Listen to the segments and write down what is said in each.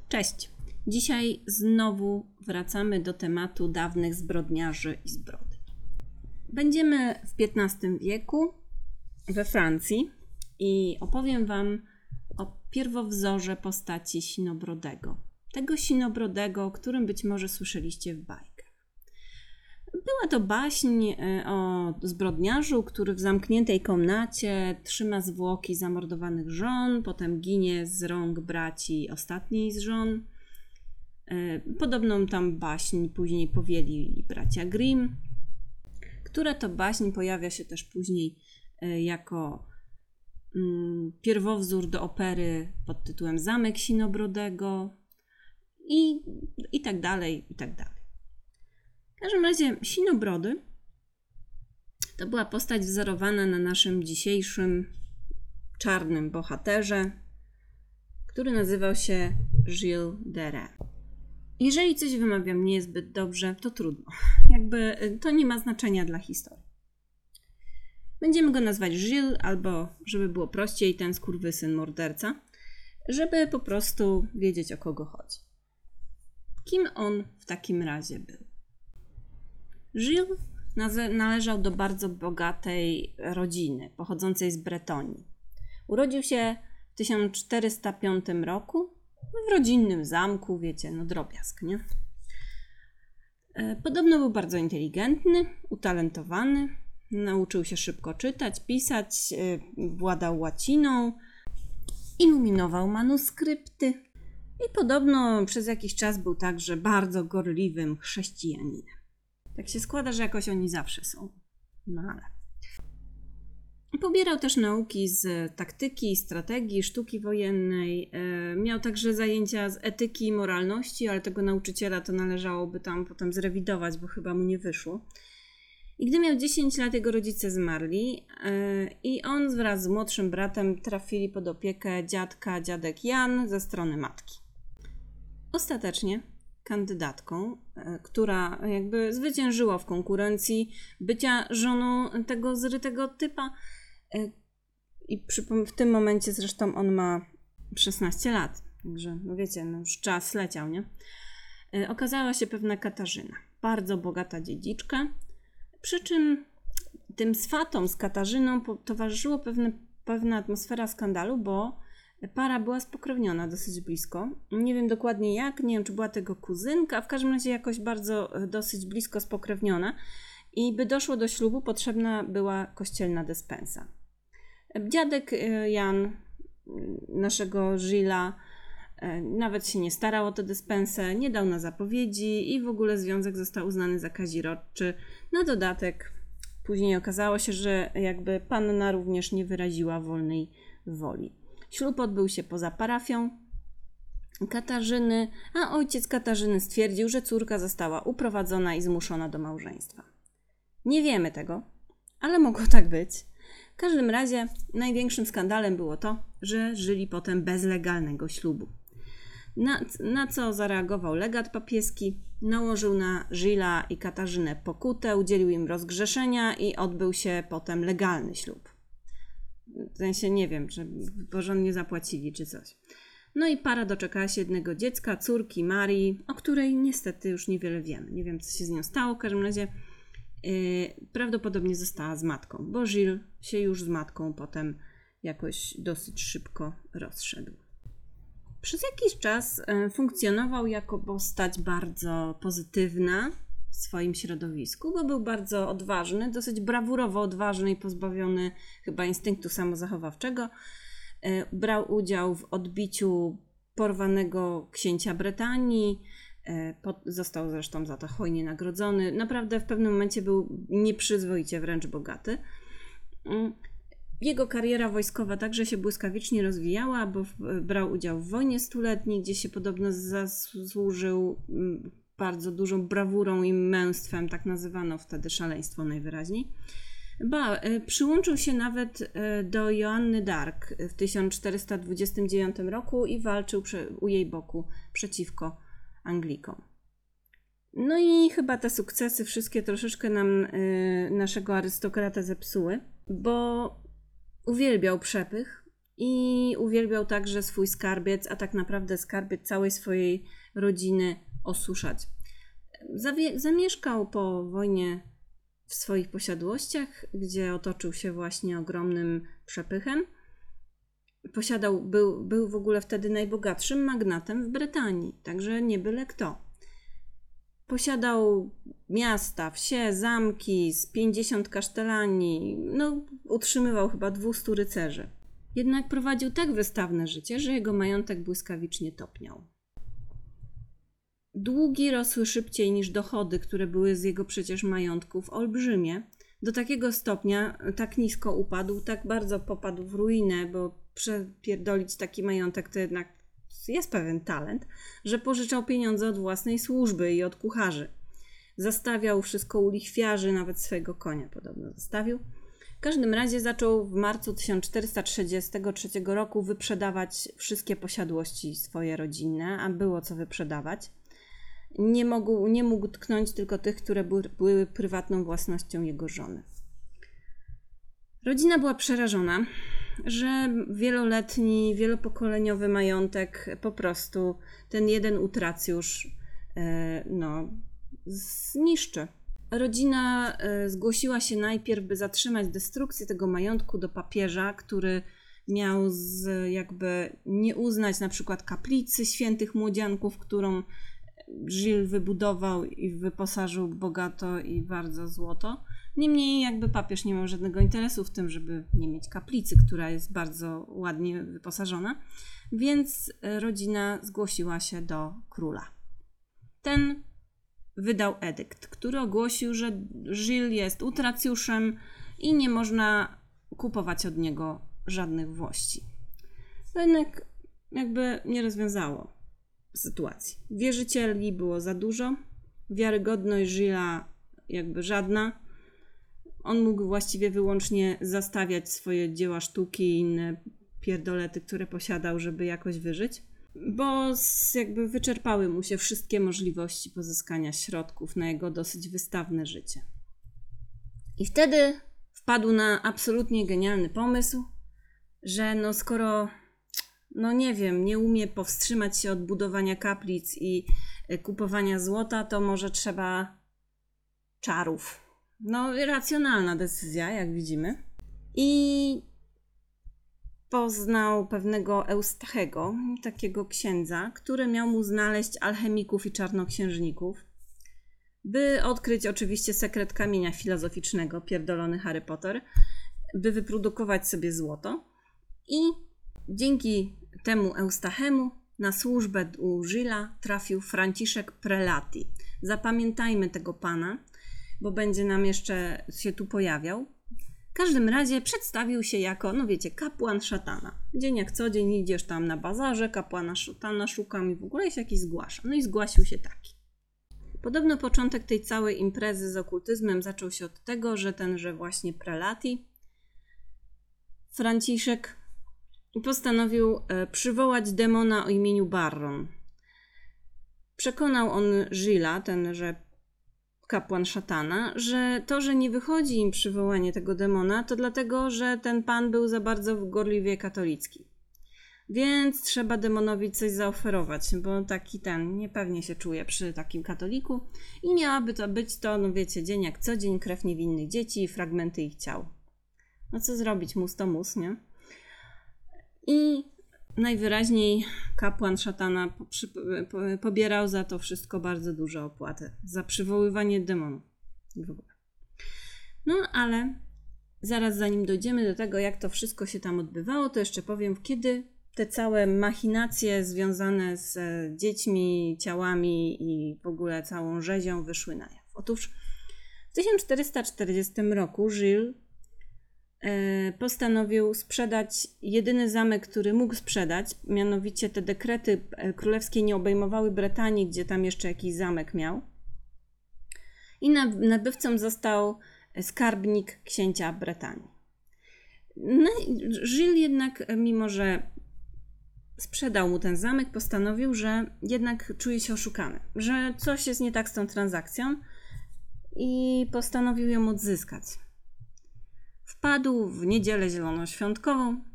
Cześć! Dzisiaj znowu wracamy do tematu dawnych zbrodniarzy i zbrodni. Będziemy w XV wieku we Francji i opowiem Wam o pierwowzorze postaci Sinobrodego. Tego Sinobrodego, o którym być może słyszeliście w bajkach. Była to baśń o zbrodniarzu, który w zamkniętej komnacie trzyma zwłoki zamordowanych żon, potem ginie z rąk braci ostatniej z żon. Podobną tam baśń później powieli bracia Grimm, która to baśń pojawia się też później jako pierwowzór do opery pod tytułem Zamek Sinobrodego i tak dalej, i tak dalej. W każdym razie Sinobrody to była postać wzorowana na naszym dzisiejszym czarnym bohaterze, który nazywał się Gilles de Retz. Jeżeli coś wymawiam niezbyt dobrze, to trudno. To nie ma znaczenia dla historii. Będziemy go nazwać Gilles, albo żeby było prościej, ten skurwysyn morderca, żeby po prostu wiedzieć, o kogo chodzi. Kim on w takim razie był? Gilles należał do bardzo bogatej rodziny, pochodzącej z Bretonii. Urodził się w 1405 roku w rodzinnym zamku, wiecie, drobiazg, nie? Podobno był bardzo inteligentny, utalentowany, nauczył się szybko czytać, pisać, władał łaciną, iluminował manuskrypty i podobno przez jakiś czas był także bardzo gorliwym chrześcijaninem. Tak się składa, że jakoś oni zawsze są. Ale. Pobierał też nauki z taktyki, strategii, sztuki wojennej. Miał także zajęcia z etyki i moralności, ale tego nauczyciela to należałoby tam potem zrewidować, bo chyba mu nie wyszło. I gdy miał 10 lat, jego rodzice zmarli i on wraz z młodszym bratem trafili pod opiekę dziadek Jan ze strony matki. Ostatecznie kandydatką, która jakby zwyciężyła w konkurencji bycia żoną tego zrytego typa. I w tym momencie zresztą on ma 16 lat, także wiecie, już czas leciał, nie? Okazała się pewna Katarzyna, bardzo bogata dziedziczka, przy czym tym swatom z Katarzyną towarzyszyło pewna atmosfera skandalu, bo para była spokrewniona dosyć blisko. Nie wiem dokładnie jak, nie wiem czy była tego kuzynka, w każdym razie jakoś bardzo dosyć blisko spokrewniona i by doszło do ślubu potrzebna była kościelna despensa. Dziadek Jan, naszego Gilles'a, nawet się nie starał o tę despensę, nie dał na zapowiedzi i w ogóle związek został uznany za kazirodczy. Na dodatek później okazało się, że jakby panna również nie wyraziła wolnej woli. Ślub odbył się poza parafią Katarzyny, a ojciec Katarzyny stwierdził, że córka została uprowadzona i zmuszona do małżeństwa. Nie wiemy tego, ale mogło tak być. W każdym razie największym skandalem było to, że żyli potem bez legalnego ślubu. Na co zareagował legat papieski, nałożył na Gilles'a i Katarzynę pokutę, udzielił im rozgrzeszenia i odbył się potem legalny ślub. W sensie nie wiem, czy porządnie zapłacili czy coś. No i para doczekała się jednego dziecka, córki Marii, o której niestety już niewiele wiemy. Nie wiem, co się z nią stało, w każdym razie prawdopodobnie została z matką, bo Gilles się już z matką potem jakoś dosyć szybko rozszedł. Przez jakiś czas funkcjonował jako postać bardzo pozytywna w swoim środowisku, bo był bardzo odważny, dosyć brawurowo odważny i pozbawiony chyba instynktu samozachowawczego. Brał udział w odbiciu porwanego księcia Bretanii, został zresztą za to hojnie nagrodzony. Naprawdę w pewnym momencie był nieprzyzwoicie wręcz bogaty. Jego kariera wojskowa także się błyskawicznie rozwijała, bo brał udział w wojnie stuletniej, gdzie się podobno zasłużył bardzo dużą brawurą i męstwem, tak nazywano wtedy szaleństwo najwyraźniej. Przyłączył się nawet do Joanny d'Arc w 1429 roku i walczył u jej boku przeciwko Anglikom. No i chyba te sukcesy wszystkie troszeczkę nam naszego arystokratę zepsuły, bo uwielbiał przepych i uwielbiał także swój skarbiec, a tak naprawdę skarbiec całej swojej rodziny osuszać. Zamieszkał po wojnie w swoich posiadłościach, gdzie otoczył się właśnie ogromnym przepychem. Był w ogóle wtedy najbogatszym magnatem w Brytanii, także nie byle kto. Posiadał miasta, wsie, zamki, z 50 kasztelanii, utrzymywał chyba 200 rycerzy. Jednak prowadził tak wystawne życie, że jego majątek błyskawicznie topniał. Długi rosły szybciej niż dochody, które były z jego przecież majątków olbrzymie. Do takiego stopnia tak nisko upadł, tak bardzo popadł w ruinę, bo przepierdolić taki majątek to jednak jest pewien talent, że pożyczał pieniądze od własnej służby i od kucharzy. Zastawiał wszystko u lichwiarzy, nawet swojego konia podobno zastawił. W każdym razie zaczął w marcu 1433 roku wyprzedawać wszystkie posiadłości swoje rodzinne, a było co wyprzedawać. Nie mógł tknąć tylko tych, które były prywatną własnością jego żony. Rodzina była przerażona, że wieloletni, wielopokoleniowy majątek po prostu ten jeden utracjusz zniszczy. Rodzina zgłosiła się najpierw, by zatrzymać destrukcję tego majątku do papieża, który miał jakby nie uznać na przykład kaplicy świętych młodzianków, którą Gilles wybudował i wyposażył bogato i bardzo złoto. Niemniej jakby papież nie miał żadnego interesu w tym, żeby nie mieć kaplicy, która jest bardzo ładnie wyposażona, więc rodzina zgłosiła się do króla. Ten wydał edykt, który ogłosił, że Gilles jest utracjuszem i nie można kupować od niego żadnych włości. To jednak jakby nie rozwiązało sytuacji. Wierzycieli było za dużo, wiarygodność Gillesa jakby żadna. On mógł właściwie wyłącznie zastawiać swoje dzieła sztuki i inne pierdolety, które posiadał, żeby jakoś wyżyć, bo jakby wyczerpały mu się wszystkie możliwości pozyskania środków na jego dosyć wystawne życie. I wtedy wpadł na absolutnie genialny pomysł, że skoro nie umie powstrzymać się od budowania kaplic i kupowania złota, to może trzeba czarów. Racjonalna decyzja, jak widzimy. I poznał pewnego Eustachego, takiego księdza, który miał mu znaleźć alchemików i czarnoksiężników, by odkryć oczywiście sekret kamienia filozoficznego, pierdolony Harry Potter, by wyprodukować sobie złoto. I dzięki temu Eustachemu na służbę u Gillesa trafił Franciszek Prelati. Zapamiętajmy tego pana, bo będzie nam jeszcze się tu pojawiał. W każdym razie przedstawił się jako, kapłan szatana. Dzień jak co dzień idziesz tam na bazarze, kapłana szatana szukam i w ogóle się jakiś zgłasza. I zgłasił się taki. Podobno początek tej całej imprezy z okultyzmem zaczął się od tego, że tenże właśnie Prelati, Franciszek, postanowił przywołać demona o imieniu Barron. Przekonał on Gillesa, tenże kapłan szatana, że to, że nie wychodzi im przywołanie tego demona, to dlatego, że ten pan był za bardzo gorliwie katolicki. Więc trzeba demonowi coś zaoferować, bo taki niepewnie się czuje przy takim katoliku i miałaby to być dzień jak co dzień, krew niewinnych dzieci i fragmenty ich ciał. Co zrobić? Mus to mus, nie? I najwyraźniej kapłan szatana pobierał za to wszystko bardzo duże opłaty. Za przywoływanie demonów. W ogóle. Ale zaraz zanim dojdziemy do tego, jak to wszystko się tam odbywało, to jeszcze powiem, kiedy te całe machinacje związane z dziećmi, ciałami i w ogóle całą rzezią wyszły na jaw. Otóż w 1440 roku Gilles postanowił sprzedać jedyny zamek, który mógł sprzedać, mianowicie te dekrety królewskie nie obejmowały Brytanii, gdzie tam jeszcze jakiś zamek miał. I nabywcą został skarbnik księcia Brytanii. Gilles jednak, mimo że sprzedał mu ten zamek, postanowił, że jednak czuje się oszukany, że coś jest nie tak z tą transakcją i postanowił ją odzyskać. Wpadł w niedzielę zielonoświątkową,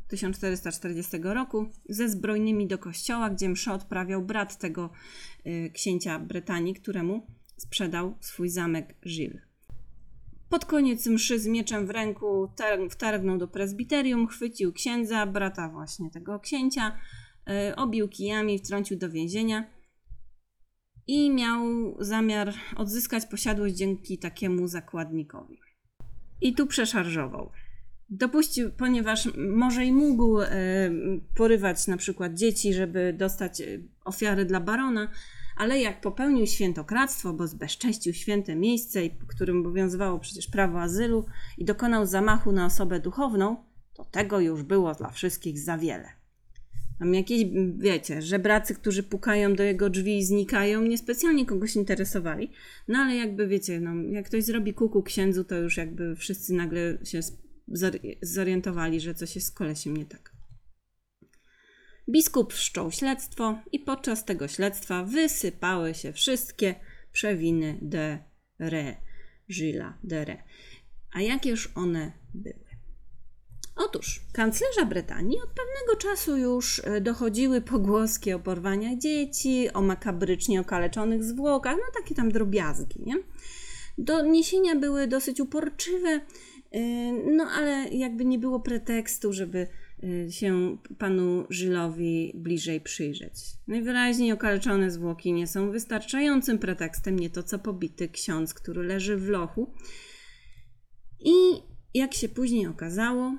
1440 roku ze zbrojnymi do kościoła, gdzie mszę odprawiał brat tego księcia Bretanii, któremu sprzedał swój zamek Gilles. Pod koniec mszy z mieczem w ręku wtargnął do prezbiterium, chwycił księdza, brata właśnie tego księcia, obił kijami, wtrącił do więzienia i miał zamiar odzyskać posiadłość dzięki takiemu zakładnikowi. I tu przeszarżował. Dopuścił, ponieważ może i mógł porywać na przykład dzieci, żeby dostać ofiary dla barona, ale jak popełnił świętokradztwo, bo zbezcześcił święte miejsce, którym obowiązywało przecież prawo azylu i dokonał zamachu na osobę duchowną, to tego już było dla wszystkich za wiele. Tam jakieś, wiecie, żebracy, którzy pukają do jego drzwi i znikają, niespecjalnie kogoś interesowali, no ale jakby wiecie, no, jak ktoś zrobi kuku księdzu, to już jakby wszyscy nagle się zorientowali, że coś jest z kolesiem nie tak. Biskup wszczął śledztwo i podczas tego śledztwa wysypały się wszystkie przewiny de re, Gilles de Rais. A jakież one były? Otóż kanclerza Bretanii od pewnego czasu już dochodziły pogłoski o porwaniach dzieci, o makabrycznie okaleczonych zwłokach, no takie tam drobiazgi, nie? Doniesienia były dosyć uporczywe, no ale jakby nie było pretekstu, żeby się panu Gilesowi bliżej przyjrzeć. Najwyraźniej okaleczone zwłoki nie są wystarczającym pretekstem, nie to co pobity ksiądz, który leży w lochu. I jak się później okazało,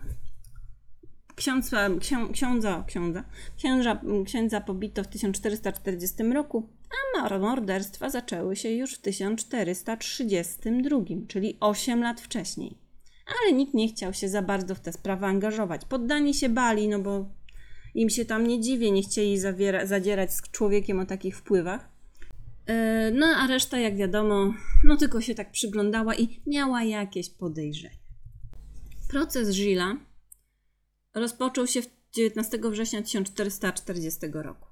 księdza pobito w 1440 roku, a morderstwa zaczęły się już w 1432, czyli 8 lat wcześniej. Ale nikt nie chciał się za bardzo w tę sprawę angażować. Poddani się bali, no bo im się tam nie dziwię, nie chcieli zadzierać z człowiekiem o takich wpływach. No a reszta, jak wiadomo, no tylko się tak przyglądała i miała jakieś podejrzenia. Proces Gillesa rozpoczął się 19 września 1440 roku.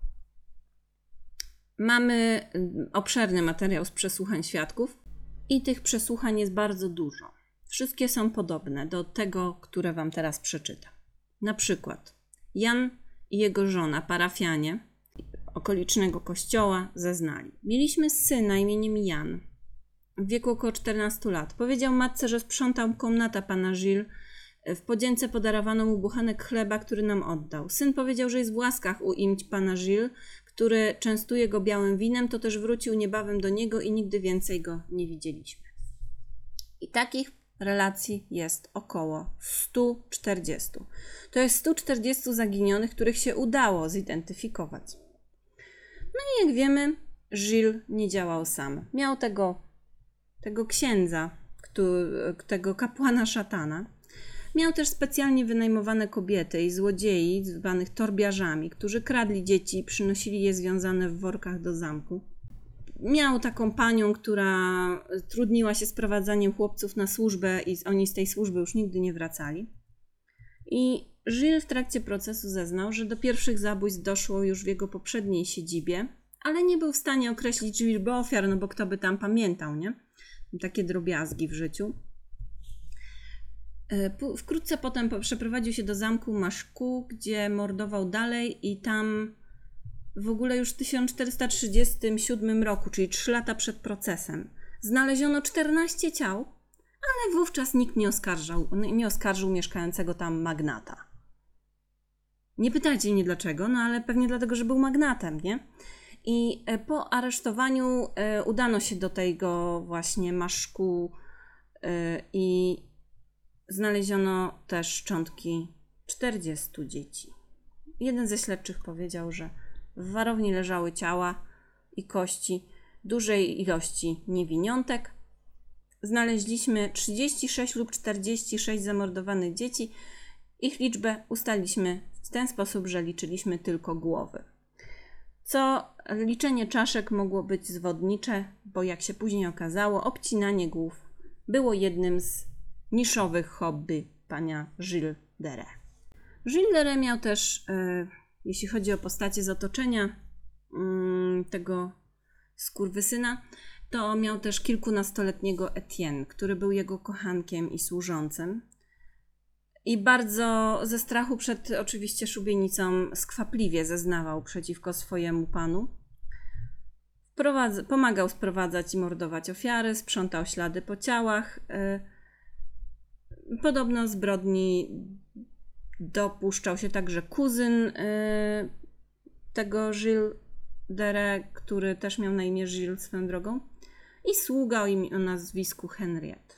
Mamy obszerny materiał z przesłuchań świadków i tych przesłuchań jest bardzo dużo. Wszystkie są podobne do tego, które wam teraz przeczytam. Na przykład Jan i jego żona, parafianie okolicznego kościoła, zeznali. Mieliśmy syna imieniem Jan, w wieku około 14 lat. Powiedział matce, że sprzątał komnatę pana Gilles. W podzięce podarowano mu buchanek chleba, który nam oddał. Syn powiedział, że jest w łaskach u imć pana Gilles, który częstuje go białym winem, to też wrócił niebawem do niego i nigdy więcej go nie widzieliśmy. I takich relacji jest około 140. To jest 140 zaginionych, których się udało zidentyfikować. No i jak wiemy, Gilles nie działał sam. Miał tego księdza, tego kapłana szatana. Miał też specjalnie wynajmowane kobiety i złodziei, zwanych torbiarzami, którzy kradli dzieci i przynosili je związane w workach do zamku. Miał taką panią, która trudniła się sprowadzaniem chłopców na służbę i oni z tej służby już nigdy nie wracali. I Gilles w trakcie procesu zeznał, że do pierwszych zabójstw doszło już w jego poprzedniej siedzibie, ale nie był w stanie określić liczby ofiar, no bo kto by tam pamiętał, nie? Takie drobiazgi w życiu. Wkrótce potem przeprowadził się do zamku Machecoul, gdzie mordował dalej i tam w ogóle już w 1437 roku, czyli 3 lata przed procesem, znaleziono 14 ciał, ale wówczas nikt nie oskarżył mieszkającego tam magnata. Nie pytajcie mnie dlaczego, no ale pewnie dlatego, że był magnatem, nie? I po aresztowaniu udano się do tego właśnie Machecoul i znaleziono też szczątki 40 dzieci. Jeden ze śledczych powiedział, że w warowni leżały ciała i kości dużej ilości niewiniątek. Znaleźliśmy 36 lub 46 zamordowanych dzieci. Ich liczbę ustaliliśmy w ten sposób, że liczyliśmy tylko głowy. Co liczenie czaszek mogło być zwodnicze, bo jak się później okazało, obcinanie głów było jednym z niszowych hobby pana Gilles de Rais. Gilles de Rais miał też, jeśli chodzi o postacie z otoczenia tego skurwysyna, to miał też kilkunastoletniego Etienne, który był jego kochankiem i służącym. I bardzo ze strachu przed oczywiście szubienicą skwapliwie zeznawał przeciwko swojemu panu. Pomagał sprowadzać i mordować ofiary, sprzątał ślady po ciałach. Podobno zbrodni dopuszczał się także kuzyn tego Gilles Dere, który też miał na imię Gilles swoją drogą, i sługa o nazwisku Henriette.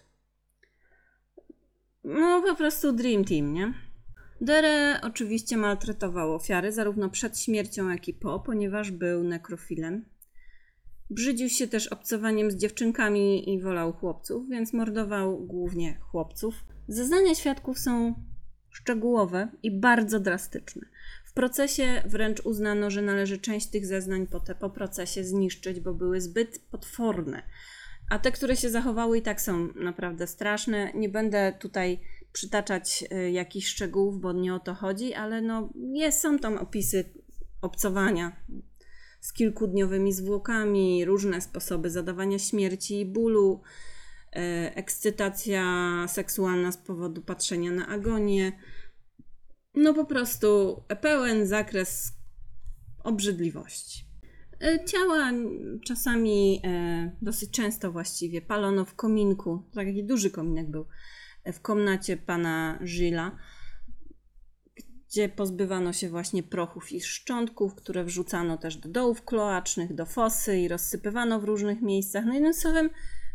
No po prostu Dream Team, nie? Dere oczywiście maltretował ofiary zarówno przed śmiercią, jak i po, ponieważ był nekrofilem. Brzydził się też obcowaniem z dziewczynkami i wolał chłopców, więc mordował głównie chłopców. Zeznania świadków są szczegółowe i bardzo drastyczne. W procesie wręcz uznano, że należy część tych zeznań po procesie zniszczyć, bo były zbyt potworne. A te, które się zachowały, i tak są naprawdę straszne. Nie będę tutaj przytaczać jakichś szczegółów, bo nie o to chodzi, ale są tam opisy obcowania z kilkudniowymi zwłokami, różne sposoby zadawania śmierci i bólu, ekscytacja seksualna z powodu patrzenia na agonię. Po prostu pełen zakres obrzydliwości. Ciała czasami, dosyć często właściwie, palono w kominku. Taki duży kominek był w komnacie pana Gilles'a, gdzie pozbywano się właśnie prochów i szczątków, które wrzucano też do dołów kloacznych, do fosy i rozsypywano w różnych miejscach. Jednym słowem,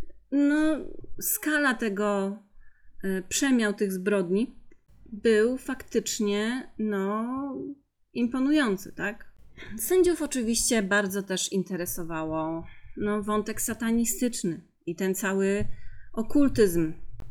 skala tego, przemiał tych zbrodni był faktycznie, imponujący, tak? Sędziów oczywiście bardzo też interesowało wątek satanistyczny i ten cały okultyzm.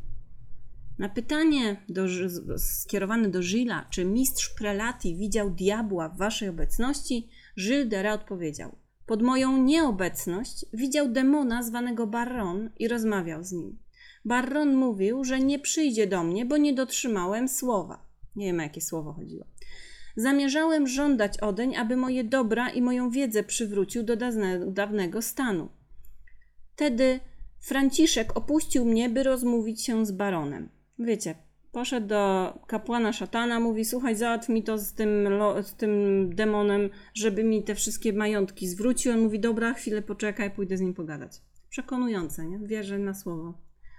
Na pytanie skierowane do Gilles'a, czy mistrz prelati widział diabła w waszej obecności, Gilles Dere odpowiedział: pod moją nieobecność widział demona zwanego Baron i rozmawiał z nim. Baron mówił, że nie przyjdzie do mnie, bo nie dotrzymałem słowa. Nie wiem, o jakie słowo chodziło. Zamierzałem żądać odeń, aby moje dobra i moją wiedzę przywrócił do dawnego stanu. Wtedy Franciszek opuścił mnie, by rozmówić się z baronem. Wiecie, poszedł do kapłana szatana, mówi: słuchaj, załatw mi to z tym demonem, żeby mi te wszystkie majątki zwrócił. On mówi: dobra, chwilę poczekaj, pójdę z nim pogadać. Przekonujące, nie? Wierzę na słowo.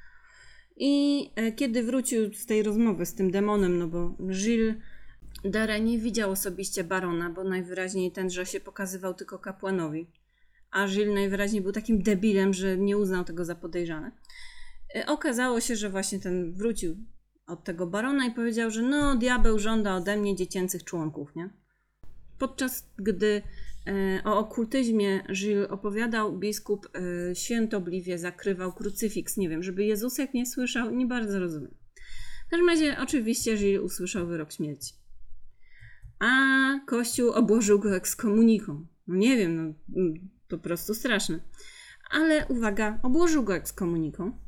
I kiedy wrócił z tej rozmowy z tym demonem, bo Gilles Dere nie widział osobiście barona, bo najwyraźniej tenże się pokazywał tylko kapłanowi, a Gilles najwyraźniej był takim debilem, że nie uznał tego za podejrzane. Okazało się, że właśnie ten wrócił od tego barona i powiedział, że diabeł żąda ode mnie dziecięcych członków, nie? Podczas gdy o okultyzmie Gilles opowiadał, biskup świętobliwie zakrywał krucyfiks. Nie wiem, żeby Jezusek nie słyszał, nie bardzo rozumiem. W każdym razie oczywiście Gilles usłyszał wyrok śmierci. A Kościół obłożył go ekskomuniką. Nie wiem, po prostu straszne. Ale uwaga, obłożył go ekskomuniką,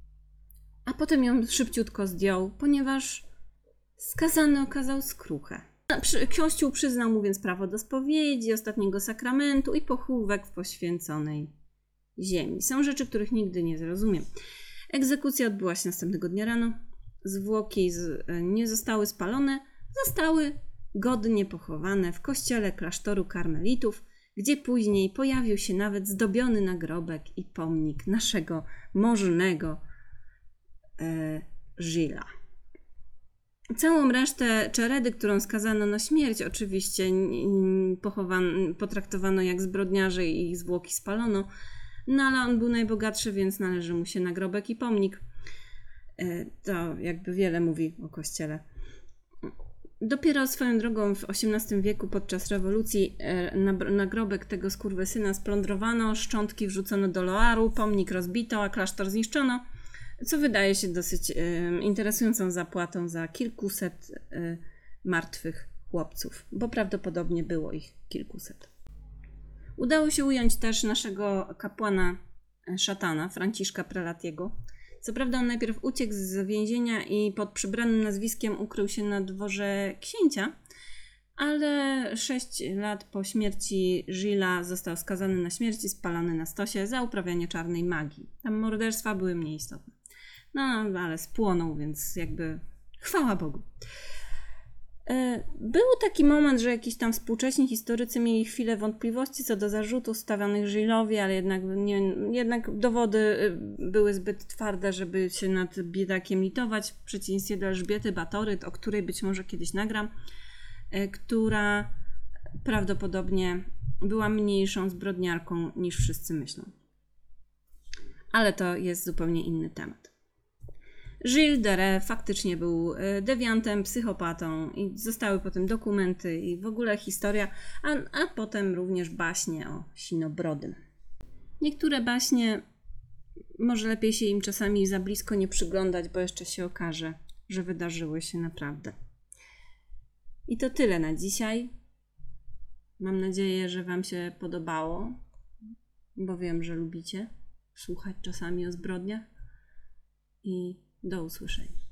a potem ją szybciutko zdjął, ponieważ skazany okazał skruchę. Kościół przyznał mu więc prawo do spowiedzi, ostatniego sakramentu i pochówek w poświęconej ziemi. Są rzeczy, których nigdy nie zrozumiem. Egzekucja odbyła się następnego dnia rano. Zwłoki nie zostały spalone, zostały godnie pochowane w kościele klasztoru karmelitów, gdzie później pojawił się nawet zdobiony nagrobek i pomnik naszego możnego Gilles'a. Całą resztę czeredy, którą skazano na śmierć, oczywiście potraktowano jak zbrodniarzy i ich zwłoki spalono, ale on był najbogatszy, więc należy mu się nagrobek i pomnik. To jakby wiele mówi o kościele. Dopiero swoją drogą w XVIII wieku podczas rewolucji nagrobek tego skurwysyna splądrowano, szczątki wrzucono do Loaru, pomnik rozbito, a klasztor zniszczono, co wydaje się dosyć interesującą zapłatą za kilkuset martwych chłopców, bo prawdopodobnie było ich kilkuset. Udało się ująć też naszego kapłana szatana, Franciszka Prelatiego. Co prawda on najpierw uciekł z więzienia i pod przybranym nazwiskiem ukrył się na dworze księcia, ale 6 lat po śmierci Gilles'a został skazany na śmierć i spalony na stosie za uprawianie czarnej magii. Tam morderstwa były mniej istotne. Ale spłonął, więc jakby Chwała Bogu. Był taki moment, że jakiś tam współcześni historycy mieli chwilę wątpliwości co do zarzutów stawionych Gillowi, ale jednak dowody były zbyt twarde, żeby się nad biedakiem litować, w przeciwieństwie do Elżbiety Batory, o której być może kiedyś nagram, która prawdopodobnie była mniejszą zbrodniarką niż wszyscy myślą. Ale to jest zupełnie inny temat. Gilles de Rais faktycznie był dewiantem, psychopatą i zostały potem dokumenty i w ogóle historia, a potem również baśnie o Sinobrodym. Niektóre baśnie, może lepiej się im czasami za blisko nie przyglądać, bo jeszcze się okaże, że wydarzyły się naprawdę. I to tyle na dzisiaj. Mam nadzieję, że Wam się podobało, bo wiem, że lubicie słuchać czasami o zbrodniach i do usłyszenia.